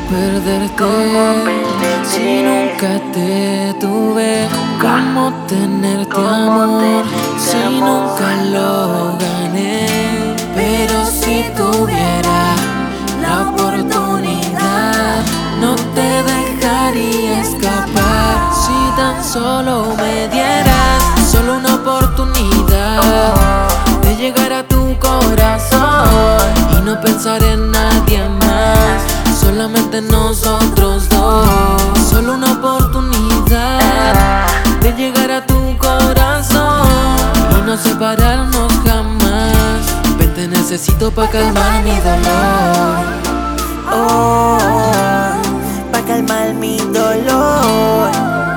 perderte si nunca te tuve? ¿Cómo tenerte amor si nunca lo gané? Pero si tuviera la oportunidad, no te dejaría escapar. Si tan solo me dieras solo una oportunidad de llegar a tu corazón y no pensar en nadie más, solamente nosotros dos. Solo una oportunidad de llegar a tu corazón y no separarnos jamás. Ven, te necesito pa' calmar mi dolor. Oh, pa' calmar mi dolor.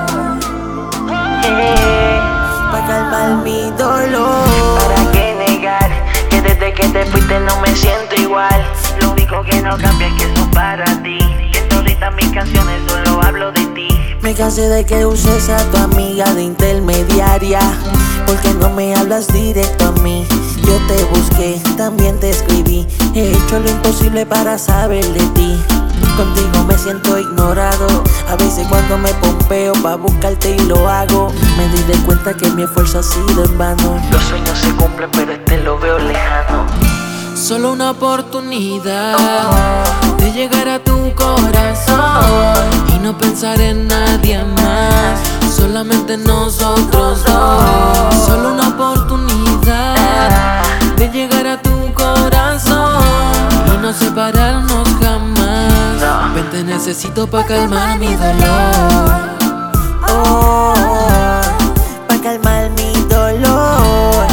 Pa' calmar mi dolor. ¿Para qué negar que desde que te fuiste no me siento igual? Lo único que no cambia es que eso para ti. Que en toditas mis canciones solo hablo de ti. Me cansé de que uses a tu amiga de intermediaria, porque no me hablas directo a mí. Yo te busqué, también te escribí, he hecho lo imposible para saber de ti. Contigo me siento ignorado, a veces cuando me pompeo pa' buscarte y lo hago, me doy de cuenta que mi esfuerzo ha sido en vano. Los sueños se cumplen pero este lo veo lejano. Solo una oportunidad de llegar a tu corazón y no pensar en nadie más, solamente nosotros dos. Solo una oportunidad de llegar a tu corazón y no separarnos jamás. Ven, te necesito pa' calmar mi dolor. Oh, pa' calmar mi dolor.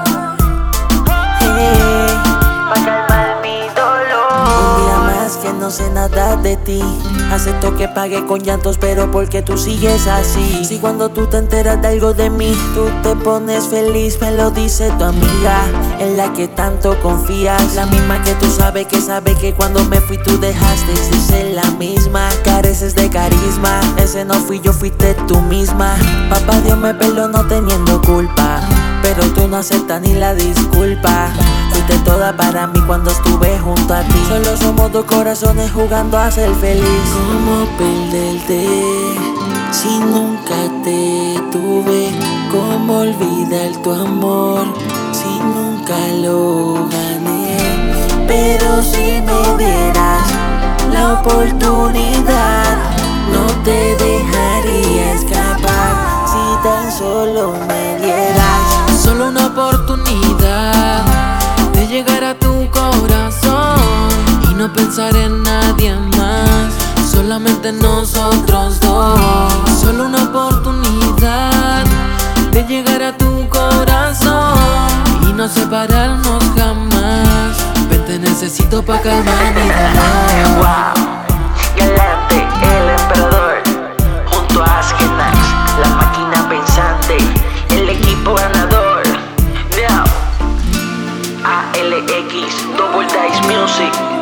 Pa' calmar mi dolor. Un día más que no sé nada de ti. Acepto que pague con llantos, pero porque tú sigues así. Si cuando tú te enteras de algo de mí, tú te pones feliz, me lo dice tu amiga, en la que tanto confías. La misma que tú sabes que cuando me fui tú dejaste de ser la misma. Careces de carisma, ese no fui yo, fuiste tú misma. Papá Dios me perdonó teniendo culpa, pero tú no aceptas ni la disculpa. Fuiste toda para mí cuando estuve junto a ti. Solo somos dos corazones jugando a ser feliz. ¿Cómo perderte si nunca te tuve? ¿Cómo olvidar tu amor si nunca lo gané? Pero si me dieras la oportunidad, no te dejaría escapar. Si tan solo me dieras solo una oportunidad de llegar a tu corazón y no pensar en nadie más, solamente nosotros dos. Solo una oportunidad de llegar a tu corazón y no separarnos jamás. Ven, te necesito pa' calmar mi dolor. Wow, Galante, el emperador, junto a Askenax, la máquina pensante, el equipo ganador. Now, ALX, Double Dice Music.